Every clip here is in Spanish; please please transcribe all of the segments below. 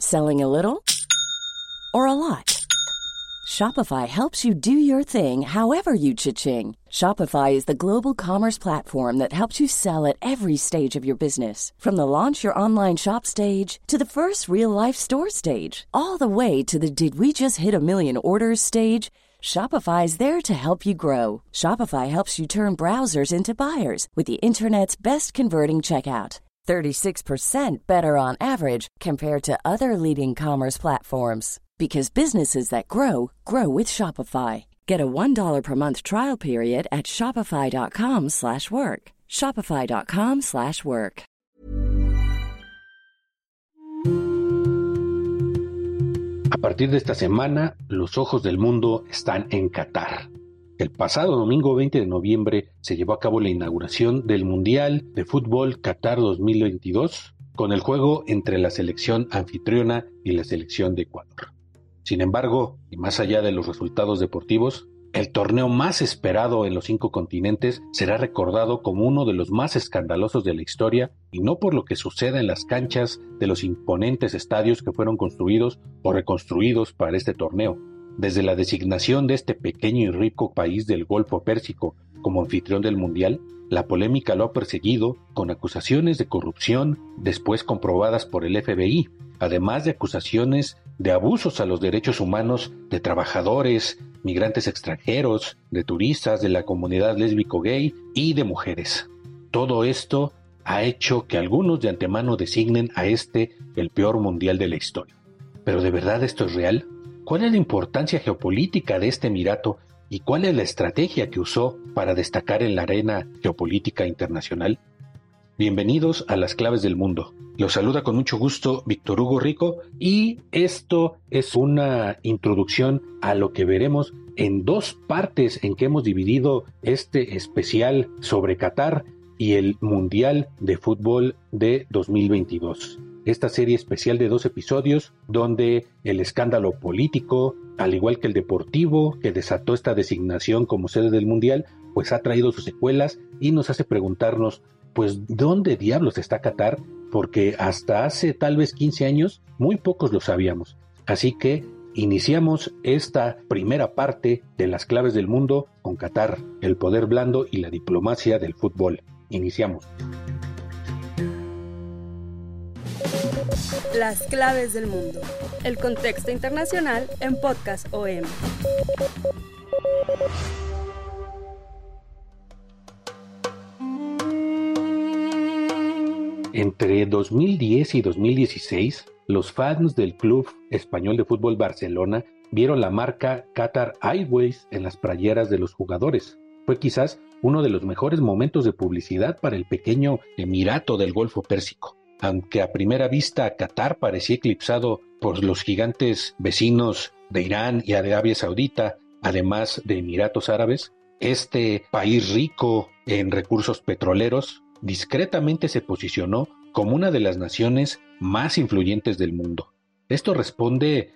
Selling a little or a lot? Shopify helps you do your thing however you cha-ching. Shopify is the global commerce platform that helps you sell at every stage of your business. From the launch your online shop stage to the first real-life store stage, all the way to the did we just hit a million orders stage. Shopify is there to help you grow. Shopify helps you turn browsers into buyers with the internet's best converting checkout. 36% better on average compared to other leading commerce platforms. Because businesses that grow, grow with Shopify. Get a $1 per month trial period at shopify.com/work. Shopify.com/work. A partir de esta semana, los ojos del mundo están en Qatar. El pasado domingo 20 de noviembre se llevó a cabo la inauguración del Mundial de Fútbol Qatar 2022 con el juego entre la selección anfitriona y la selección de Ecuador. Sin embargo, y más allá de los resultados deportivos, el torneo más esperado en los 5 continentes será recordado como uno de los más escandalosos de la historia, y no por lo que suceda en las canchas de los imponentes estadios que fueron construidos o reconstruidos para este torneo. Desde la designación de este pequeño y rico país del Golfo Pérsico como anfitrión del Mundial, la polémica lo ha perseguido con acusaciones de corrupción después comprobadas por el FBI, además de acusaciones de abusos a los derechos humanos de trabajadores, migrantes extranjeros, de turistas, de la comunidad lésbico-gay y de mujeres. Todo esto ha hecho que algunos de antemano designen a este el peor mundial de la historia. ¿Pero de verdad esto es real? ¿Cuál es la importancia geopolítica de este emirato y cuál es la estrategia que usó para destacar en la arena geopolítica internacional? Bienvenidos a Las Claves del Mundo. Los saluda con mucho gusto Víctor Hugo Rico y esto es una introducción a lo que veremos en 2 partes en que hemos dividido este especial sobre Qatar y el Mundial de Fútbol de 2022. Esta serie especial de 2 episodios donde el escándalo político, al igual que el deportivo que desató esta designación como sede del Mundial, pues ha traído sus secuelas y nos hace preguntarnos, pues, ¿dónde diablos está Qatar? Porque hasta hace tal vez 15 años muy pocos lo sabíamos. Así que iniciamos esta primera parte de Las Claves del Mundo con Qatar, el poder blando y la diplomacia del fútbol. Iniciamos. Las Claves del Mundo. El contexto internacional en Podcast OM. Entre 2010 y 2016, los fans del Club Español de Fútbol Barcelona vieron la marca Qatar Airways en las playeras de los jugadores. Fue quizás uno de los mejores momentos de publicidad para el pequeño emirato del Golfo Pérsico. Aunque a primera vista Qatar parecía eclipsado por los gigantes vecinos de Irán y Arabia Saudita, además de Emiratos Árabes, este país rico en recursos petroleros discretamente se posicionó como una de las naciones más influyentes del mundo. Esto responde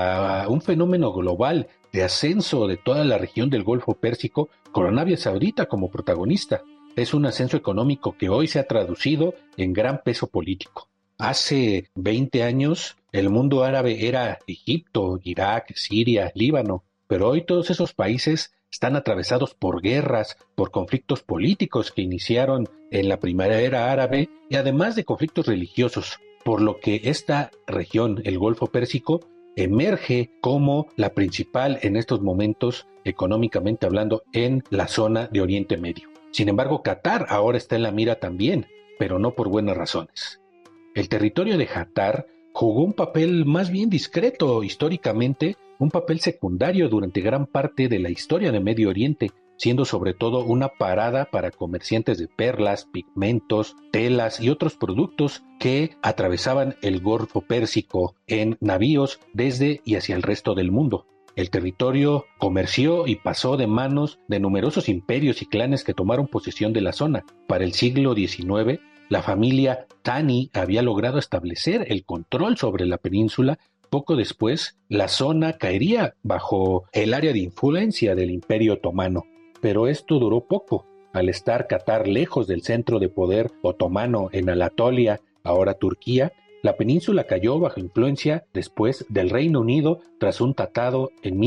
a un fenómeno global de ascenso de toda la región del Golfo Pérsico con Arabia Saudita como protagonista. Es un ascenso económico que hoy se ha traducido en gran peso político. Hace 20 años el mundo árabe era Egipto, Irak, Siria, Líbano, pero hoy todos esos países están atravesados por guerras, por conflictos políticos que iniciaron en la primavera árabe y además de conflictos religiosos, por lo que esta región, el Golfo Pérsico, emerge como la principal en estos momentos, económicamente hablando, en la zona de Oriente Medio. Sin embargo, Qatar ahora está en la mira también, pero no por buenas razones. El territorio de Qatar jugó un papel más bien discreto históricamente, un papel secundario durante gran parte de la historia de Medio Oriente, siendo sobre todo una parada para comerciantes de perlas, pigmentos, telas y otros productos que atravesaban el Golfo Pérsico en navíos desde y hacia el resto del mundo. El territorio comerció y pasó de manos de numerosos imperios y clanes que tomaron posesión de la zona. Para el siglo XIX, la familia Thani había logrado establecer el control sobre la península. Poco después, la zona caería bajo el área de influencia del Imperio Otomano. Pero esto duró poco. Al estar Qatar lejos del centro de poder otomano en Anatolia, ahora Turquía, La península cayó bajo influencia después del Reino Unido tras un tratado en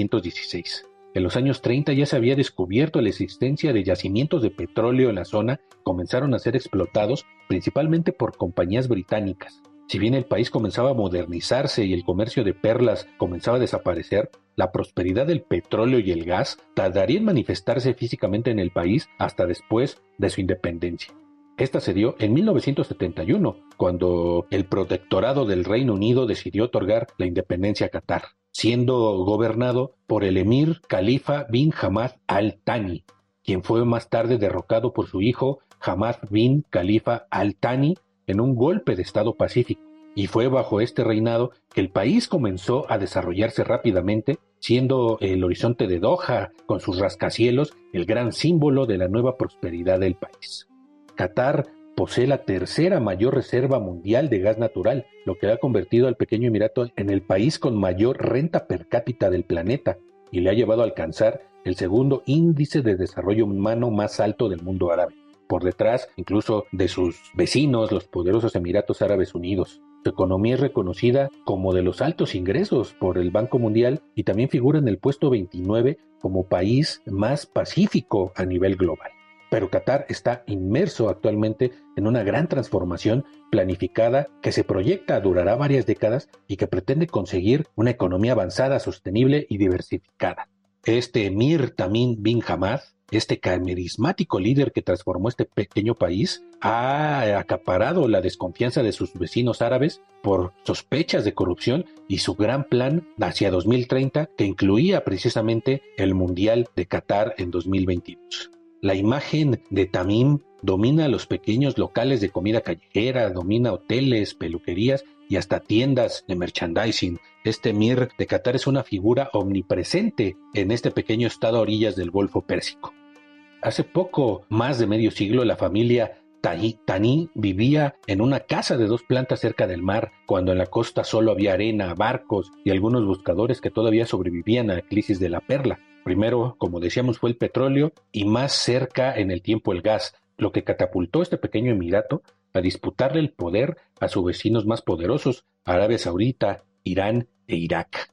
1916. En los años 30 ya se había descubierto la existencia de yacimientos de petróleo en la zona, comenzaron a ser explotados principalmente por compañías británicas. Si bien el país comenzaba a modernizarse y el comercio de perlas comenzaba a desaparecer, la prosperidad del petróleo y el gas tardaría en manifestarse físicamente en el país hasta después de su independencia. Esta se dio en 1971, cuando el protectorado del Reino Unido decidió otorgar la independencia a Qatar, siendo gobernado por el emir Khalifa bin Hamad Al Thani, quien fue más tarde derrocado por su hijo Hamad bin Khalifa Al Thani en un golpe de estado pacífico. Y fue bajo este reinado que el país comenzó a desarrollarse rápidamente, siendo el horizonte de Doha, con sus rascacielos, el gran símbolo de la nueva prosperidad del país. Qatar posee la tercera mayor reserva mundial de gas natural, lo que ha convertido al pequeño emirato en el país con mayor renta per cápita del planeta y le ha llevado a alcanzar el segundo índice de desarrollo humano más alto del mundo árabe, por detrás incluso de sus vecinos, los poderosos Emiratos Árabes Unidos. Su economía es reconocida como de los altos ingresos por el Banco Mundial y también figura en el puesto 29 como país más pacífico a nivel global. Pero Qatar está inmerso actualmente en una gran transformación planificada que se proyecta durará varias décadas y que pretende conseguir una economía avanzada, sostenible y diversificada. Este emir Tamim bin Hamad, este carismático líder que transformó este pequeño país, ha acaparado la desconfianza de sus vecinos árabes por sospechas de corrupción y su gran plan hacia 2030 que incluía precisamente el Mundial de Qatar en 2022. La imagen de Tamim domina los pequeños locales de comida callejera, domina hoteles, peluquerías y hasta tiendas de merchandising. Este emir de Qatar es una figura omnipresente en este pequeño estado a orillas del Golfo Pérsico. Hace poco más de medio siglo, la familia Thani vivía en una casa de 2 plantas cerca del mar, cuando en la costa solo había arena, barcos y algunos buscadores que todavía sobrevivían a la crisis de la perla. Primero, como decíamos, fue el petróleo y más cerca en el tiempo el gas, lo que catapultó a este pequeño emirato a disputarle el poder a sus vecinos más poderosos, Arabia Saudita, Irán e Irak.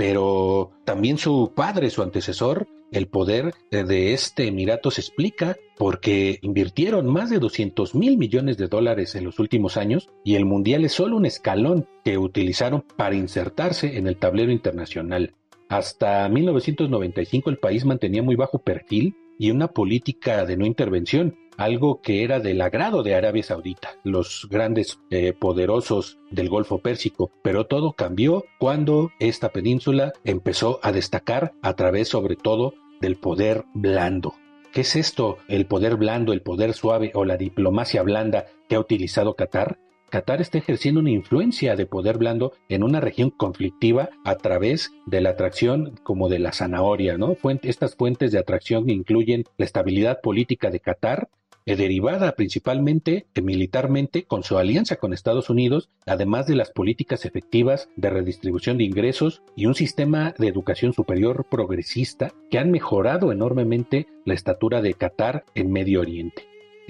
Pero también su padre, su antecesor, el poder de este emirato se explica porque invirtieron más de $200,000 millones en los últimos años y el mundial es solo un escalón que utilizaron para insertarse en el tablero internacional. Hasta 1995 el país mantenía muy bajo perfil y una política de no intervención, algo que era del agrado de Arabia Saudita, los grandes poderosos del Golfo Pérsico, pero todo cambió cuando esta península empezó a destacar a través sobre todo del poder blando. ¿Qué es esto? El poder blando, el poder suave o la diplomacia blanda que ha utilizado Qatar. Qatar está ejerciendo una influencia de poder blando en una región conflictiva a través de la atracción como de la zanahoria, ¿no? Estas fuentes de atracción incluyen la estabilidad política de Qatar, derivada principalmente militarmente con su alianza con Estados Unidos, además de las políticas efectivas de redistribución de ingresos y un sistema de educación superior progresista que han mejorado enormemente la estatura de Qatar en Medio Oriente.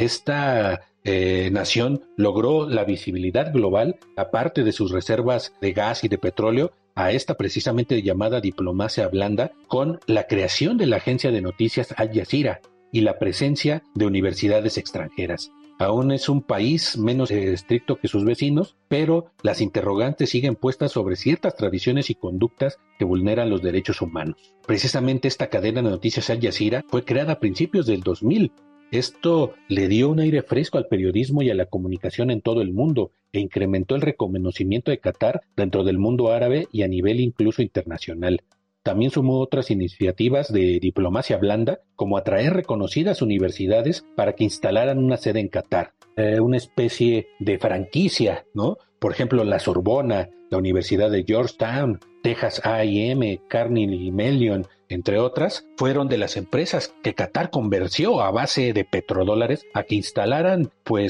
Esta nación logró la visibilidad global, aparte de sus reservas de gas y de petróleo, a esta precisamente llamada diplomacia blanda, con la creación de la agencia de noticias Al Jazeera y la presencia de universidades extranjeras. Aún es un país menos estricto que sus vecinos, pero las interrogantes siguen puestas sobre ciertas tradiciones y conductas que vulneran los derechos humanos. Precisamente esta cadena de noticias Al Jazeera fue creada a principios del 2000. Esto le dio un aire fresco al periodismo y a la comunicación en todo el mundo e incrementó el reconocimiento de Qatar dentro del mundo árabe y a nivel incluso internacional. También sumó otras iniciativas de diplomacia blanda, como atraer reconocidas universidades para que instalaran una sede en Qatar, una especie de franquicia, ¿no? Por ejemplo, la Sorbona, la Universidad de Georgetown, Texas A&M, Carnegie Mellon, entre otras, fueron de las empresas que Qatar convenció a base de petrodólares a que instalaran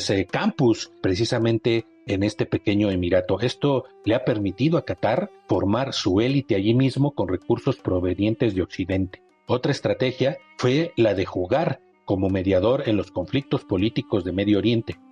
campus precisamente en este pequeño emirato. Esto le ha permitido a Qatar formar su élite allí mismo con recursos provenientes de Occidente. Otra estrategia fue la de jugar como mediador en los conflictos políticos de Medio Oriente.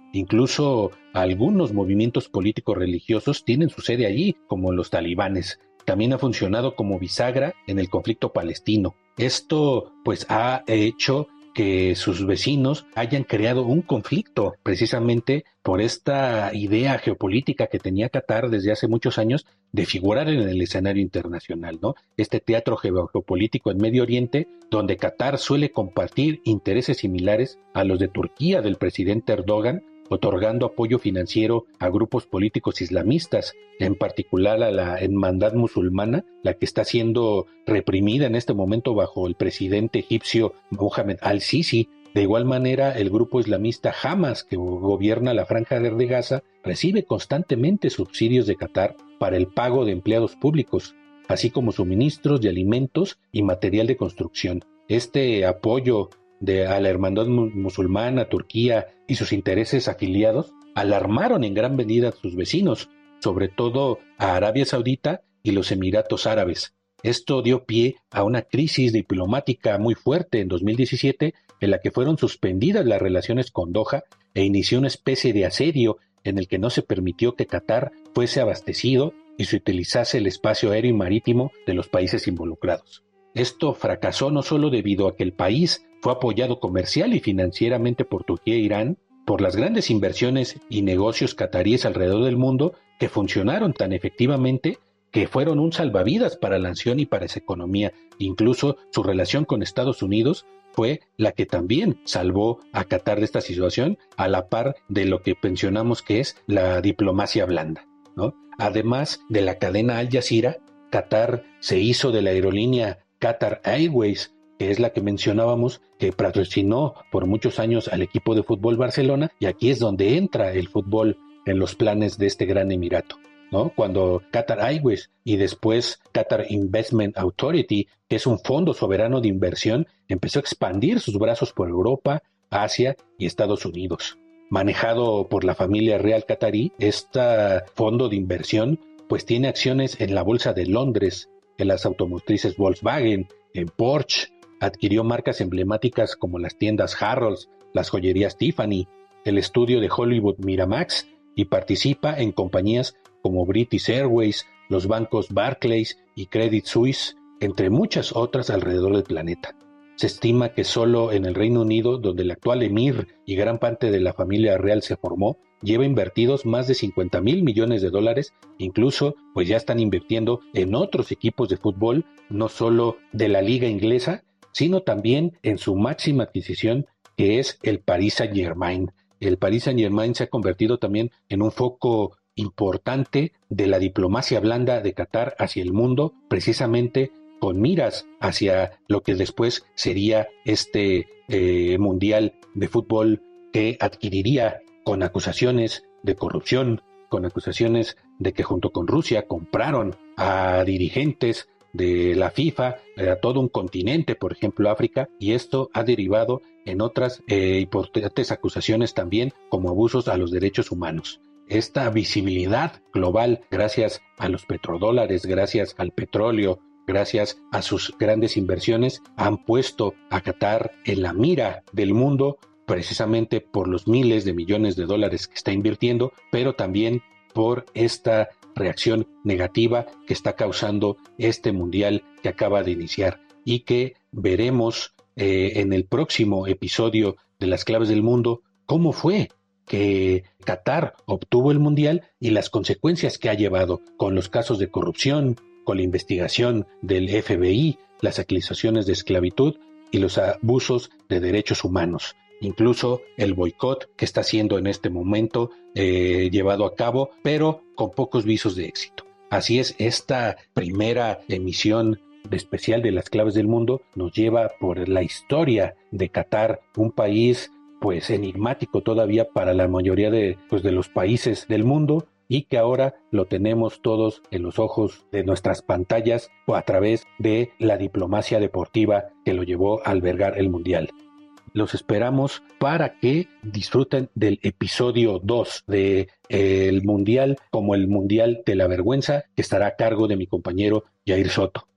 Incluso algunos movimientos políticos religiosos tienen su sede allí, como los talibanes. También ha funcionado como bisagra en el conflicto palestino. Esto pues ha hecho que sus vecinos hayan creado un conflicto precisamente por esta idea geopolítica que tenía Qatar desde hace muchos años de figurar en el escenario internacional, ¿no? Este teatro geopolítico en Medio Oriente, donde Qatar suele compartir intereses similares a los de Turquía del presidente Erdogan, otorgando apoyo financiero a grupos políticos islamistas, en particular a la Hermandad Musulmana, la que está siendo reprimida en este momento bajo el presidente egipcio Mohamed al-Sisi. De igual manera, el grupo islamista Hamas, que gobierna la Franja de Gaza, recibe constantemente subsidios de Qatar para el pago de empleados públicos, así como suministros de alimentos y material de construcción. Este apoyo a la Hermandad Musulmana, Turquía y sus intereses afiliados alarmaron en gran medida a sus vecinos, sobre todo a Arabia Saudita y los Emiratos Árabes. Esto dio pie a una crisis diplomática muy fuerte en 2017, en la que fueron suspendidas las relaciones con Doha e inició una especie de asedio en el que no se permitió que Qatar fuese abastecido y se utilizase el espacio aéreo y marítimo de los países involucrados. Esto fracasó no solo debido a que el país fue apoyado comercial y financieramente por Turquía e Irán, por las grandes inversiones y negocios cataríes alrededor del mundo que funcionaron tan efectivamente que fueron un salvavidas para la nación y para esa economía. Incluso su relación con Estados Unidos fue la que también salvó a Qatar de esta situación, a la par de lo que mencionamos que es la diplomacia blanda, ¿no? Además de la cadena Al Jazeera, Qatar se hizo de la aerolínea Qatar Airways, que es la que mencionábamos, que patrocinó por muchos años al equipo de fútbol Barcelona, y aquí es donde entra el fútbol en los planes de este gran emirato, ¿no? Cuando Qatar Airways y después Qatar Investment Authority, que es un fondo soberano de inversión, empezó a expandir sus brazos por Europa, Asia y Estados Unidos. Manejado por la familia real catarí, este fondo de inversión pues tiene acciones en la bolsa de Londres, en las automotrices Volkswagen, en Porsche, adquirió marcas emblemáticas como las tiendas Harrods, las joyerías Tiffany, el estudio de Hollywood Miramax y participa en compañías como British Airways, los bancos Barclays y Credit Suisse, entre muchas otras alrededor del planeta. Se estima que solo en el Reino Unido, donde el actual emir y gran parte de la familia real se formó, lleva invertidos más de 50,000 millones de dólares, incluso pues ya están invirtiendo en otros equipos de fútbol, no solo de la liga inglesa, sino también en su máxima adquisición, que es el Paris Saint-Germain. El Paris Saint-Germain se ha convertido también en un foco importante de la diplomacia blanda de Qatar hacia el mundo, precisamente con miras hacia lo que después sería este mundial de fútbol que adquiriría con acusaciones de corrupción, con acusaciones de que junto con Rusia compraron a dirigentes de la FIFA, a todo un continente, por ejemplo África, y esto ha derivado en otras importantes acusaciones también como abusos a los derechos humanos. Esta visibilidad global, gracias a los petrodólares, gracias al petróleo, gracias a sus grandes inversiones, han puesto a Qatar en la mira del mundo, precisamente por los miles de millones de dólares que está invirtiendo, pero también por esta reacción negativa que está causando este mundial que acaba de iniciar y que veremos en el próximo episodio de Las Claves del Mundo cómo fue que Qatar obtuvo el mundial y las consecuencias que ha llevado con los casos de corrupción, con la investigación del FBI, las acusaciones de esclavitud y los abusos de derechos humanos. Incluso el boicot que está siendo en este momento llevado a cabo, pero con pocos visos de éxito. Así es, esta primera emisión especial de Las Claves del Mundo nos lleva por la historia de Qatar, un país pues enigmático todavía para la mayoría de los países del mundo, y que ahora lo tenemos todos en los ojos de nuestras pantallas o a través de la diplomacia deportiva que lo llevó a albergar el Mundial. Los esperamos para que disfruten del episodio 2 de el Mundial, como el Mundial de la Vergüenza, que estará a cargo de mi compañero Jair Soto.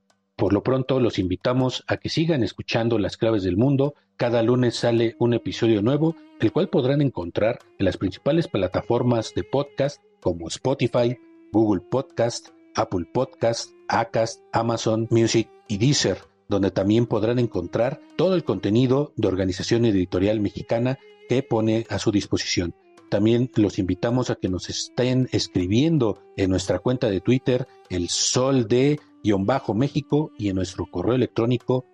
Por lo pronto, los invitamos a que sigan escuchando Las Claves del Mundo. Cada lunes sale un episodio nuevo, el cual podrán encontrar en las principales plataformas de podcast como Spotify, Google Podcast, Apple Podcast, Acast, Amazon Music y Deezer, donde también podrán encontrar todo el contenido de Organización Editorial Mexicana que pone a su disposición. También los invitamos a que nos estén escribiendo en nuestra cuenta de Twitter, el Sol de _México, y en nuestro correo electrónico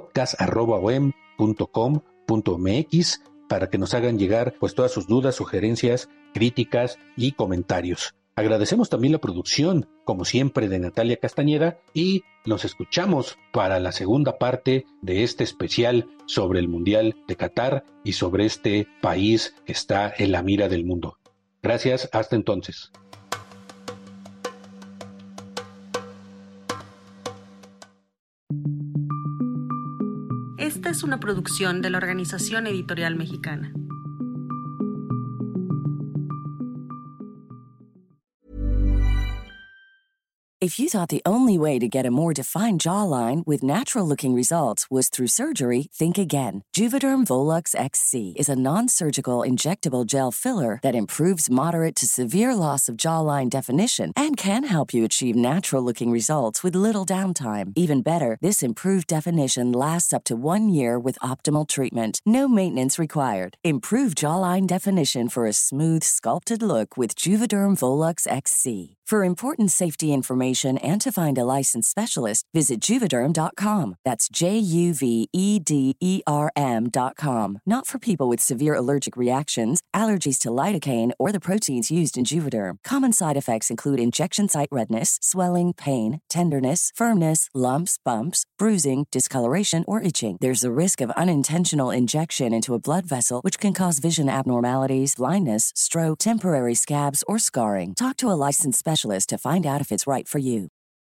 podcast@oem.com.mx para que nos hagan llegar pues todas sus dudas, sugerencias, críticas y comentarios. Agradecemos también la producción, como siempre, de Natalia Castañeda, y nos escuchamos para la segunda parte de este especial sobre el Mundial de Qatar y sobre este país que está en la mira del mundo. Gracias, hasta entonces. Esta es una producción de la Organización Editorial Mexicana. If you thought the only way to get a more defined jawline with natural-looking results was through surgery, think again. Juvederm Volux XC is a non-surgical injectable gel filler that improves moderate to severe loss of jawline definition and can help you achieve natural-looking results with little downtime. Even better, this improved definition lasts up to 1 year with optimal treatment. No maintenance required. Improve jawline definition for a smooth, sculpted look with Juvederm Volux XC. For important safety information and to find a licensed specialist, visit Juvederm.com. That's JUVEDERM.com. Not for people with severe allergic reactions, allergies to lidocaine, or the proteins used in Juvederm. Common side effects include injection site redness, swelling, pain, tenderness, firmness, lumps, bumps, bruising, discoloration, or itching. There's a risk of unintentional injection into a blood vessel, which can cause vision abnormalities, blindness, stroke, temporary scabs, or scarring. Talk to a licensed specialist to find out if it's right for you.